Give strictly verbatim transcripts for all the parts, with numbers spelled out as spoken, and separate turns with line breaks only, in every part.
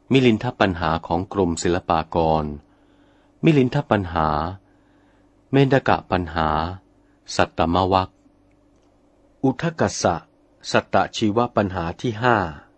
มิลินทปัญหาของกรมศิลปากรมิลินทปัญหาเมนกะปัญหาสัตตมวรรคอุทกัสสะสัตตชีวปัญหาที่ห้า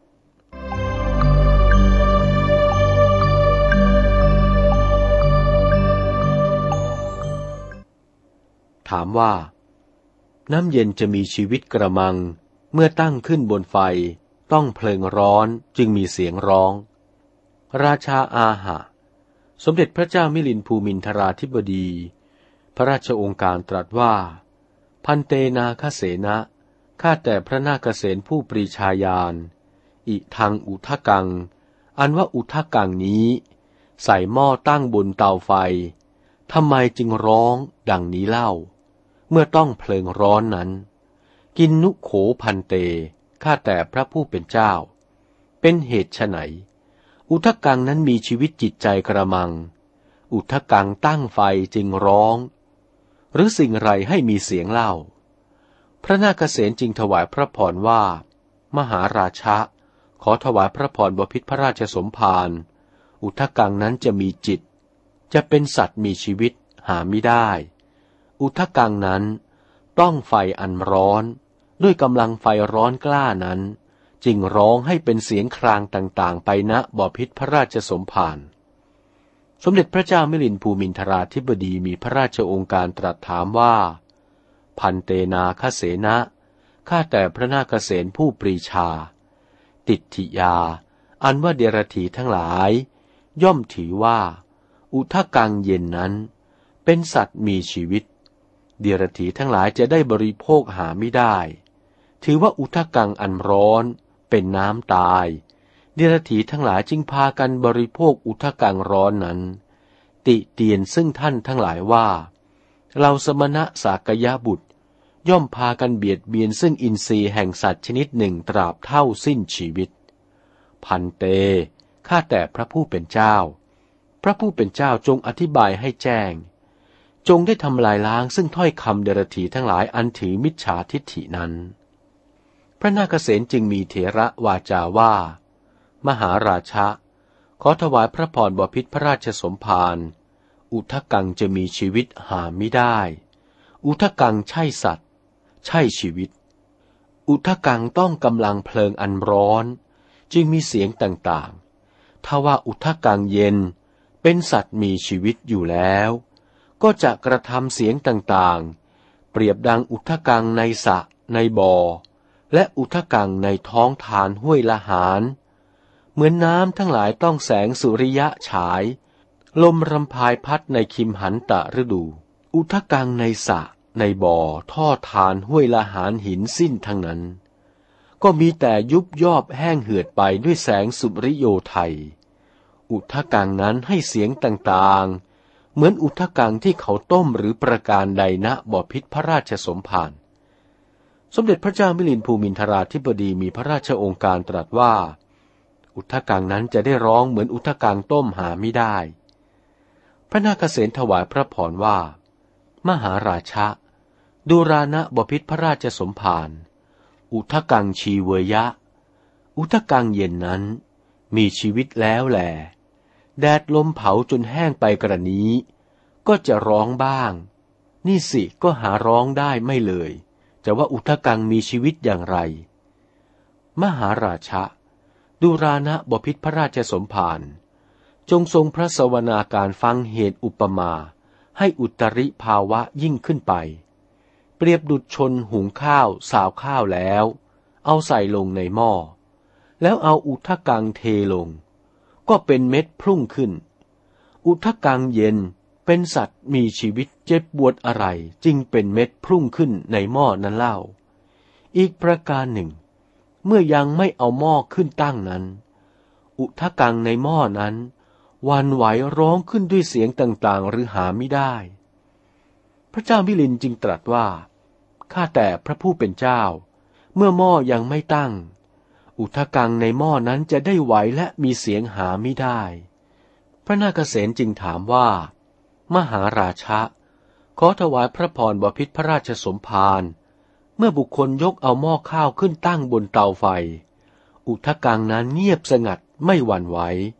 ถามว่าน้ำเย็นจะมีชีวิตกระมังเมื่อตั้งขึ้นบนไฟต้องเพลิงร้อนจึงมีเสียงร้องราชาอาหะสมเด็จพระเจ้ามิลินภูมินทราธิบดีพระราชโองการตรัสว่าพันเตนาคเสนะข้าแต่พระนาคเสนผู้ปรีชาญาณอิทังอุทกังอันว่าอุทกังนี้ใส่หม้อตั้งบนเตาไฟทำไมจึงร้องดังนี้เล่าเมื่อต้องเพลิงร้อนนั้นกินนุโขพันเตข้าแต่พระผู้เป็นเจ้าเป็นเหตุไฉนอุทกังนั้นมีชีวิตจิตใจกระมังอุทกังตั้งไฟจึงร้องหรือสิ่งไรให้มีเสียงเล่าพระนาคเสนจึงถวายพระพรว่ามหาราชะขอถวายพระพรบพิตรพระราชสมภารอุทกังนั้นจะมีจิตจะเป็นสัตว์มีชีวิตหาไม่ได้อุทกังนั้นต้องไฟอันร้อนด้วยกำลังไฟร้อนกล้านั้นจึงร้องให้เป็นเสียงครางต่างๆไปณบ่อพิตรพระราชสมภารสมเด็จพระเจ้ามิลินภูมินทราธิบดีมีพระราชโองการตรัสถามว่าพันเตนาคเสนะข้าแต่พระนาคเสนผู้ปรีชาติถิยาอันว่าเดรัจฉีทั้งหลายย่อมถือว่าอุทกังเย็นนั้นเป็นสัตว์มีชีวิตเดรัจฉีทั้งหลายจะได้บริโภคหาไม่ได้ถือว่าอุทกังอันร้อนเป็นน้ำตายเดรัจฉีทั้งหลายจึงพากันบริโภคอุทกังร้อนนั้นติเตียนซึ่งท่านทั้งหลายว่าเราสมณะสากยบุตรย่อมพากันเบียดเบียนซึ่งอินทรีย์แห่งสัตว์ชนิดหนึ่งตราบเท่าสิ้นชีวิตพันเตข้าแต่พระผู้เป็นเจ้าพระผู้เป็นเจ้าจงอธิบายให้แจ้งจงได้ทำลายล้างซึ่งถ้อยคำเดรัจฉีทั้งหลายอันถือมิจฉาทิฏฐินั้นพระนาคเสนจึงมีเถระวาจาว่ามหาราชะขอถวายพระพรบพิตรพระราชสมภารอุทกังจะมีชีวิตหาไม่ได้อุทกังใช่สัตว์ใช่ชีวิตอุทกังต้องกำลังเพลิงอันร้อนจึงมีเสียงต่างๆถ้าว่าอุทกังเย็นเป็นสัตว์มีชีวิตอยู่แล้วก็จะกระทำเสียงต่างๆเปรียบดังอุทกังในสระในบ่อและอุทกังในท้องทานห้วยละหารเหมือนน้ำทั้งหลายต้องแสงสุริยะฉายลมรำพายพัดในคิมหันตะฤดูอุทกังในสระในบ่อท่อทานห้วยละหารหินสิ้นทั้งนั้นก็มีแต่ยุบยอบแห้งเหือดไปด้วยแสงสุริโยไทยอุทกังนั้นให้เสียงต่างๆเหมือนอุทกังที่เขาต้มหรือประการใดณบ่อพิตรพระราชสมภารสมเด็จพระเจ้ามิลินภูมินทราธิบดีมีพระราชโองการตรัสว่าอุทกังนั้นจะได้ร้องเหมือนอุทกังต้มหาไม่ได้พระนาคเสนถวายพระพรว่ามหาราชะดูรานะบพิตรพระราชสมภารอุทกังชีเวยะอุทกังเย็นนั้นมีชีวิตแล้วแลแดดลมเผาจนแห้งไปกระนี้ก็จะร้องบ้างนี่สิก็หาร้องได้ไม่เลยจะว่าอุทกังมีชีวิตอย่างไรมหาราชะดูรานะบพิตรพระราชสมภารจงทรงพระสวนาการฟังเหตุอุปมาให้อุตริภาวะยิ่งขึ้นไปเปรียบดุจชนหุงข้าวสาวข้าวแล้วเอาใส่ลงในหม้อแล้วเอาอุทกังเทลงก็เป็นเม็ดพุ่งขึ้นอุทกังเย็นเป็นสัตว์มีชีวิตเจ็บปวดอะไรจึงเป็นเม็ดพุ่งขึ้นในหม้อนั้นเล่าอีกประการหนึ่งเมื่อยังไม่เอาหม้อขึ้นตั้งนั้นอุทกังในหม้อนั้นหวั่นไหวร้องขึ้นด้วยเสียงต่างๆหรือหาไม่ได้พระเจ้ามิลินจึงตรัสว่าข้าแต่พระผู้เป็นเจ้าเมื่อหม้อยังไม่ตั้งอุทกังในหม้อนั้นจะได้ไหวและมีเสียงหาไม่ได้พระนาคเสนจึงถามว่ามหาราชะขอถวายพระพรบพิตรพระราชสมภารเมื่อบุคคลยกเอาหม้อข้าวขึ้นตั้งบนเตาไฟอุทกังนั้นเงียบสงัดไม่หวั่นไหว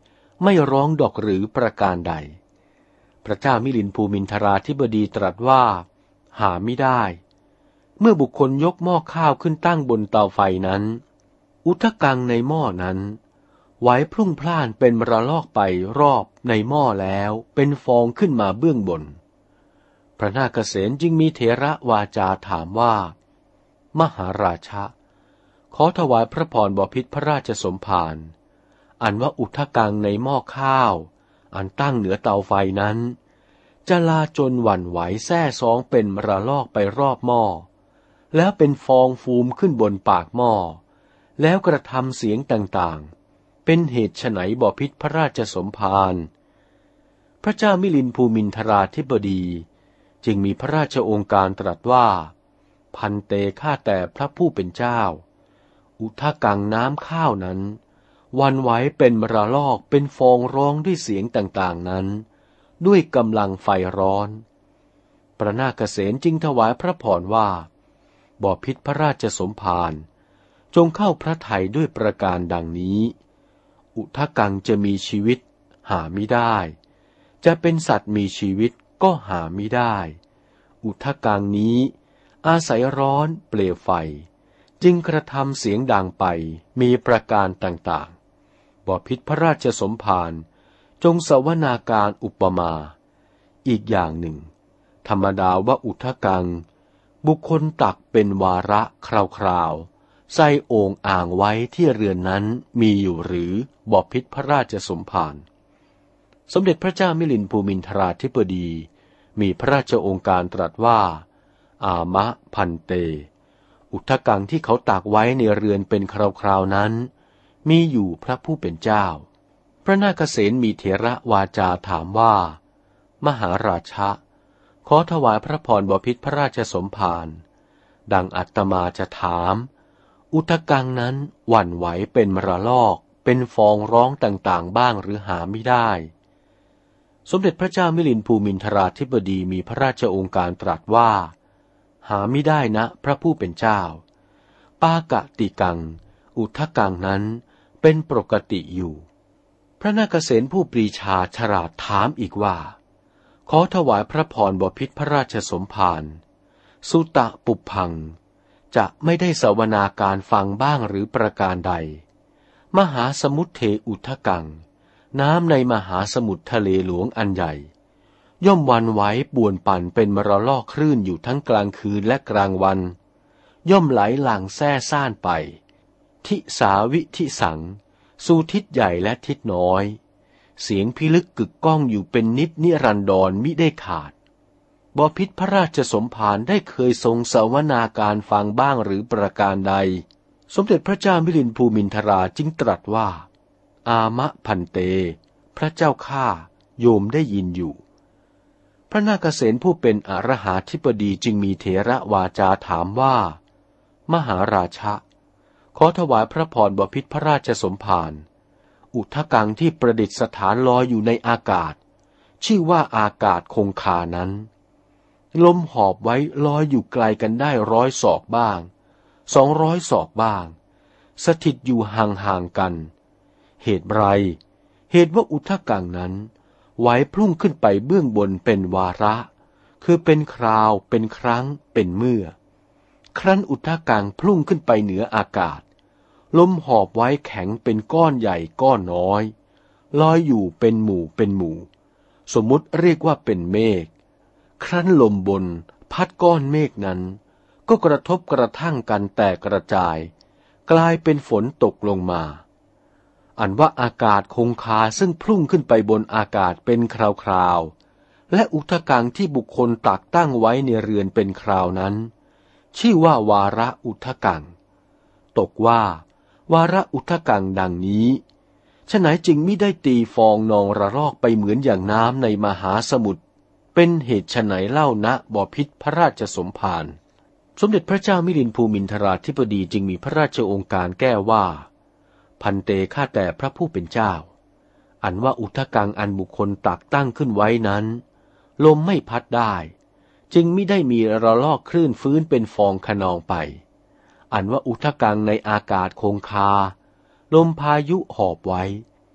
ไม่ร้องดอกหรือประการใดพระเจ้ามิลินภูมินทราธิบดีตรัสว่าหาไม่ได้เมื่อบุคคลยกหม้อข้าวขึ้นตั้งบนเตาไฟนั้นอุทกังในหม้อนั้นไหวพลุ่งพล่านเป็นระลอกไปรอบในหม้อแล้วเป็นฟองขึ้นมาเบื้องบนพระนาคเษนจึงมีเถระวาจาถามว่ามหาราชะขอถวายพระพรบพิตรพระราชสมภารอันว่าอุทกังในหม้อข้าวอันตั้งเหนือเตาไฟนั้นจะลาจนหวั่นไหวแส่ซองเป็นระลอกไปรอบหม้อแล้วเป็นฟองฟูมขึ้นบนปากหม้อแล้วกระทำเสียงต่างๆเป็นเหตุไฉนบ่พิตรพระราชสมภารพระเจ้ามิลินภูมินทราธิบดีจึงมีพระราชโองการตรัสว่าพันเตข้าแต่พระผู้เป็นเจ้าอุทกังน้ำข้าวนั้นวันไหวเป็นระลอกเป็นฟองร้องด้วยเสียงต่างๆนั้นด้วยกำลังไฟร้อนพระนาคเษนจึงถวายพระพรว่าบ่พิตรพระราชสมภารจงเข้าพระทัยด้วยประการดังนี้อุทกังจะมีชีวิตหามิได้จะเป็นสัตว์มีชีวิตก็หามิได้อุทกังนี้อาศัยร้อนเปลวไฟจึงกระทำเสียงดังไปมีประการต่างๆบ่พิตรพระราชสมภารจงสวนาการอุปมาอีกอย่างหนึ่งธรรมดาว่าอุทกังบุคคลตักเป็นวาระคราวๆใส่โอ่งอ่างไว้ที่เรือนนั้นมีอยู่หรือบ่พิตรพระราชสมภารสมเด็จพระเจ้ามิลินภูมินทราธิบดีมีพระราชโองการตรัสว่าอามะพันเตอุทกังที่เขาตากไว้ในเรือนเป็นคราวๆนั้นมีอยู่พระผู้เป็นเจ้าพระนาคเษนมีเถระวาจาถามว่ามหาราชะขอถวายพระพรบพิตรพระราชสมภารดังอัตมาจะถามอุทกังนั้นหวั่นไหวเป็นมระลอกเป็นฟองร้องต่างๆบ้างหรือหาไม่ได้สมเด็จพระเจ้ามิลินภูมินทราธิบดีมีพระราชโองการตรัสว่าหาไม่ได้นะพระผู้เป็นเจ้าปากติกังอุทกังนั้นเป็นปกติอยู่พระนาคเษนผู้ปรีชาฉลาดถามอีกว่าขอถวายพระพรบพิตรพระราชสมภารสุตะปุพพังจะไม่ได้สวนาการฟังบ้างหรือประการใดมหาสมุทเทอุทกังน้ำในมหาสมุทรทะเลหลวงอันใหญ่ย่อมวันไหวป่วนปั่นเป็นมรลอกคลื่นอยู่ทั้งกลางคืนและกลางวันย่อมไหลหลั่งแซ่ซ่านไปทิสาวิทิสังสู่ทิศใหญ่และทิศน้อยเสียงพิลึกกึกก้องอยู่เป็นนิจนิรันดรมิได้ขาดบ่พิตรพระราชสมภารได้เคยทรงสวนาการฟังบ้างหรือประการใดสมเด็จพระเจ้ามิลินภูมินทราจึงตรัสว่าอามะพันเตพระเจ้าข้าโยมได้ยินอยู่พระนาคเษนผู้เป็นอรหาธิบดีจึงมีเถระวาจาถามว่ามหาราชะขอถวายพระพรบพิตรพระราชสมภารอุทกังที่ประดิษฐานลอยอยู่ในอากาศชื่อว่าอากาศคงคานั้นลมหอบไว้ลอยอยู่ไกลกันได้ร้อยศอกบ้างสองร้อยศอกบ้างสถิตอยู่ห่างๆกันเหตุไรเหตุว่าอุทกังนั้นไหวพลุ่งขึ้นไปเบื้องบนเป็นวาระคือเป็นคราวเป็นครั้งเป็นเมื่อครั้นอุทกังพลุ่งขึ้นไปเหนืออากาศลมหอบไว้แข็งเป็นก้อนใหญ่ก้อนน้อยลอยอยู่เป็นหมู่เป็นหมู่สมมุติเรียกว่าเป็นเมฆครั้นลมบนพัดก้อนเมฆนั้นก็กระทบกระทั่งกันแตกกระจายกลายเป็นฝนตกลงมาอันว่าอากาศคงคาซึ่งพุ่งขึ้นไปบนอากาศเป็นคราวๆและอุทกังที่บุคคลตักตั้งไว้ในเรือนเป็นคราวนั้นชื่อว่าวาระอุทกังตกว่าวาระอุทกังดังนี้ฉะไหนจึงมิได้ตีฟองนองระลอกไปเหมือนอย่างน้ำในมหาสมุทรเป็นเหตุไฉนเล่านะบ่พิตรพระราชสมภารสมเด็จพระเจ้ามิลินภูมินทราธิบดีจึงมีพระราชโองการแก้ว่าพันเตข้าแต่พระผู้เป็นเจ้าอันว่าอุทกังอันบุคคลตักตั้งขึ้นไว้นั้นลมไม่พัดได้จึงมิได้มีระลอกคลื่นฟื้นเป็นฟองคะนองไปอันว่าอุทกังในอากาศคงคาลมพายุหอบไว้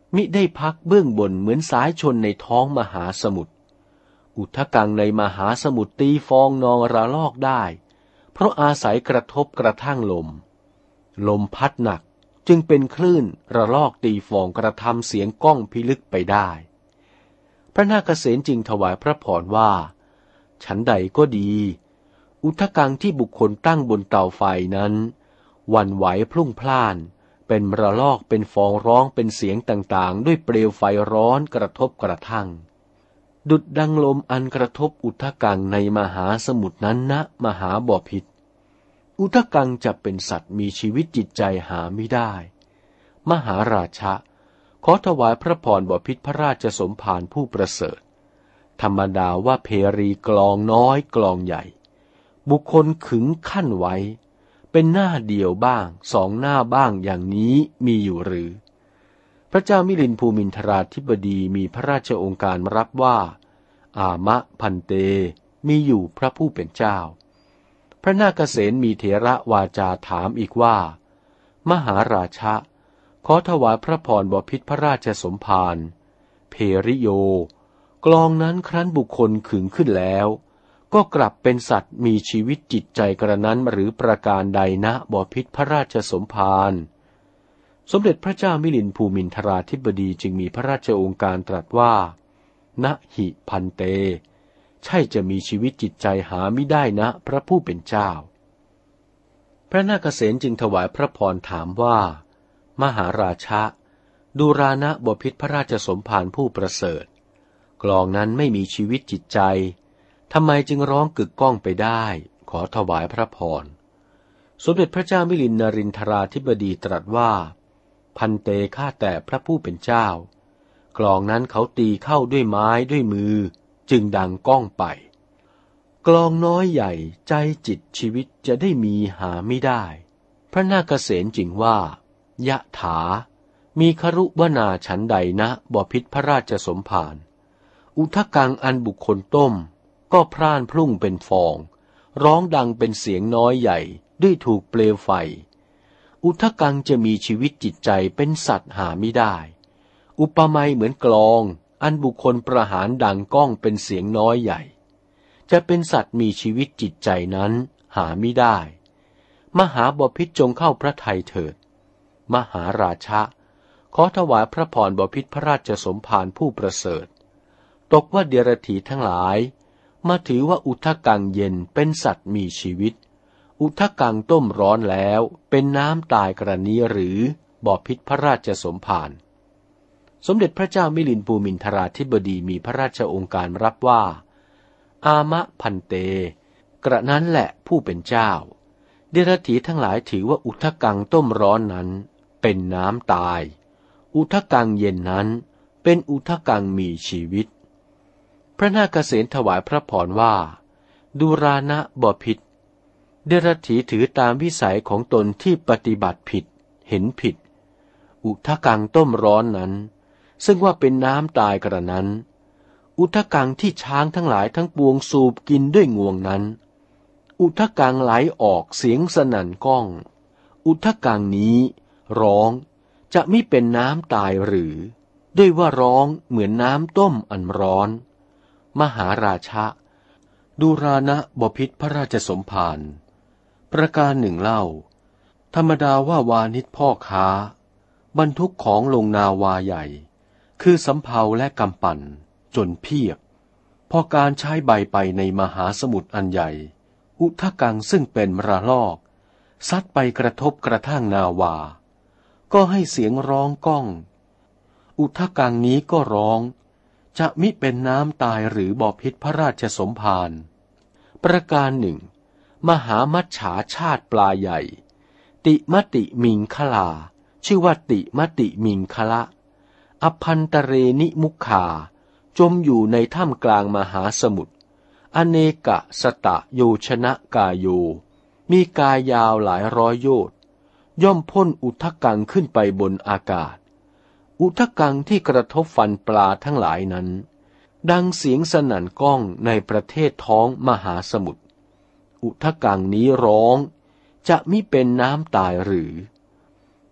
มิได้พักเบื้องบนเหมือนสายชนในท้องมหาสมุทรอุทกังในมหาสมุทรตีฟองนองระลอกได้เพราะอาศัยกระทบกระทั่งลมลมพัดหนักจึงเป็นคลื่นระลอกตีฟองกระทำเสียงก้องพิลึกไปได้พระนาคเษนจึงถวายพระพรว่าฉันใดก็ดีอุทกังที่บุคคลตั้งบนเตาไฟนั้นหวั่นไหวพลุ่งพล่านเป็นระลอกเป็นฟองร้องเป็นเสียงต่างๆด้วยเปลวไฟร้อนกระทบกระทั่งดุจดังลมอันกระทบอุทกังในมหาสมุทรนั้นนะมหาบพิตรอุทกังจะเป็นสัตว์มีชีวิตจิตใจหาไม่ได้มหาราชะขอถวายพระพรบพิตรพระราชสมภารผู้ประเสริฐธรรมดาว่าเพรีกลองน้อยกลองใหญ่บุคคลขึงขั้นไว้เป็นหน้าเดียวบ้างสองหน้าบ้างอย่างนี้มีอยู่หรือพระเจ้ามิลินภูมินทราธิบดีมีพระราชโองการรับว่าอามะพันเตมีอยู่พระผู้เป็นเจ้าพระนาคเษนมีเถระวาจาถามอีกว่ามหาราชะขอถวายพระพรบพิตรพระราชสมภารเพริโยกลองนั้นครั้นบุคคลขึงขึ้นแล้วก็กลับเป็นสัตว์มีชีวิตจิตใจกระนั้นหรือประการใดนะบพิตรพระราชสมภารสมเด็จพระเจ้ามิลินภูมินทราธิบดีจึงมีพระราชโองการตรัสว่านะหิพันเตใช่จะมีชีวิตจิตใจหาไม่ได้นะพระผู้เป็นเจ้าพระนาคเษนจึงถวายพระพรถามว่ามหาราชะดูรานะบพิตรพระราชสมภารผู้ประเสริฐกลองนั้นไม่มีชีวิตจิตใจทำไมจึงร้องกึกก้องไปได้ขอถวายพระพรสมเด็จพระเจ้ามิลินนรินทราธิบดีตรัสว่าพันเตข้าแต่พระผู้เป็นเจ้ากลองนั้นเขาตีเข้าด้วยไม้ด้วยมือจึงดังก้องไปกลองน้อยใหญ่ใจจิตชีวิตจะได้มีหาไม่ได้พระนาคเษนจึงว่ายะถามีครุวนาฉันใดนะบพิตรพระราชสมภารอุทกังอันบุคคลต้มก็พร่านพรุ่งเป็นฟองร้องดังเป็นเสียงน้อยใหญ่ด้วยถูกเปลวไฟอุทกังจะมีชีวิตจิตใจเป็นสัตว์หาไม่ได้อุปมาเหมือนกลองอันบุคคลประหารดังก้องเป็นเสียงน้อยใหญ่จะเป็นสัตว์มีชีวิตจิตใจนั้นหาไม่ได้มหาบพิตรจงเข้าพระทัยเถิดมหาราชะขอถวายพระพรบพิตรพระราชสมภารผู้ประเสริฐตกว่าเดรัจฉีทั้งหลายมาถือว่าอุทกังเย็นเป็นสัตว์มีชีวิตอุทกังต้มร้อนแล้วเป็นน้ำตายกระนี้หรือบพิตรพระราชสมภารสมเด็จพระเจ้ามิลินภูมินทราธิบดีมีพระราชโองการรับว่าอามะพันเตกระนั้นแหละผู้เป็นเจ้าเดรัจฉีทั้งหลายถือว่าอุทกังต้มร้อนนั้นเป็นน้ำตายอุทกังเย็นนั้นเป็นอุทกังมีชีวิตพระนาคเษนถวายพระพรว่าดูรานะบพิตรเดรัจฉีถือตามวิสัยของตนที่ปฏิบัติผิดเห็นผิดอุทกังต้มร้อนนั้นซึ่งว่าเป็นน้ำตายกระนั้นอุทกังที่ช้างทั้งหลายทั้งปวงสูบกินด้วยงวงนั้นอุทกังไหลออกเสียงสนั่นก้องอุทกังนี้ร้องจะไม่เป็นน้ำตายหรือด้วยว่าร้องเหมือนน้ำต้มอันร้อนมหาราชะดูรานะบพิตรพระราชสมภารประการหนึ่งเล่าธรรมดาว่าวานิชพ่อค้าบรรทุกของลงนาวาใหญ่คือสำเภาและกำปั่นจนเพียบพอการใช้ใบไปในมหาสมุทรอันใหญ่อุทกังซึ่งเป็นระลอกซัดไปกระทบกระทั่งนาวาก็ให้เสียงร้องก้องอุทกังนี้ก็ร้องจะมิเป็นน้ำตายหรือบพิตรพระราชสมภารประการหนึ่งมหามัจฉาชาติปลาใหญ่ติมติมิงคลาชื่อว่าติมติมิงคละอพันตเรนิมุขาจมอยู่ในถ้ำกลางมหาสมุทรอเนกะสตะโยชนะกายโยมีกายยาวหลายร้อยโยชน์ย่อมพ่นอุทกังขึ้นไปบนอากาศอุทกังที่กระทบฟันปลาทั้งหลายนั้นดังเสียงสนั่นก้องในประเทศท้องมหาสมุทรอุทกังนี้ร้องจะมิเป็นน้ำตายหรือ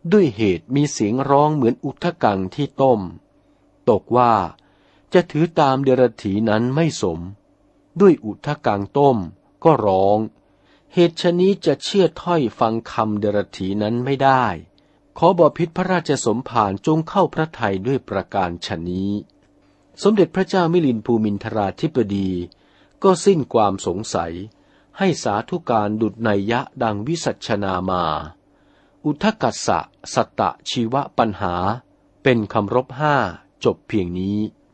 ด้วยเหตุมีเสียงร้องเหมือนอุทกังที่ต้มตกว่าจะถือตามเดรัจฉีนั้นไม่สมด้วยอุทกังต้มก็ร้องเหตุชนี้จะเชื่อถ้อยฟังคำเดรัจฉีนั้นไม่ได้ขอบพิตรพระราชสมภารจงเข้าพระทัยด้วยประการฉนี้สมเด็จพระเจ้ามิลินภูมินทราธิปดีก็สิ้นความสงสัยให้สาธุการดุจนัยยะดังวิสัชนามาอุทกัสสะสัตตะชีวปัญหาเป็นคำรบห้าจบเพียงนี้